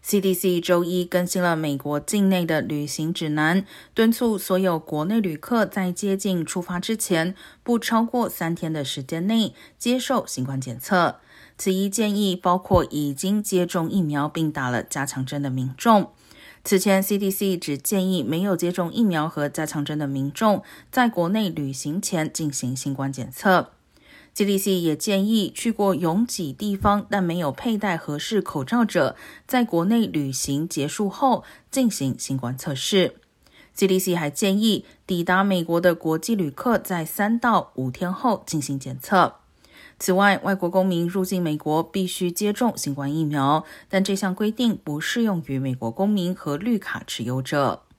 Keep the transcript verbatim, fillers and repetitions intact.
C D C 周一更新了美国境内的旅行指南，敦促所有国内旅客在接近出发之前，不超过三天的时间内接受新冠检测。此一建议包括已经接种疫苗并打了加强针的民众。此前 C D C 只建议没有接种疫苗和加强针的民众在国内旅行前进行新冠检测。C D C 也建议去过拥挤地方但没有佩戴合适口罩者，在国内旅行结束后进行新冠测试。C D C 还建议抵达美国的国际旅客在三到五天后进行检测。此外，外国公民入境美国必须接种新冠疫苗，但这项规定不适用于美国公民和绿卡持有者。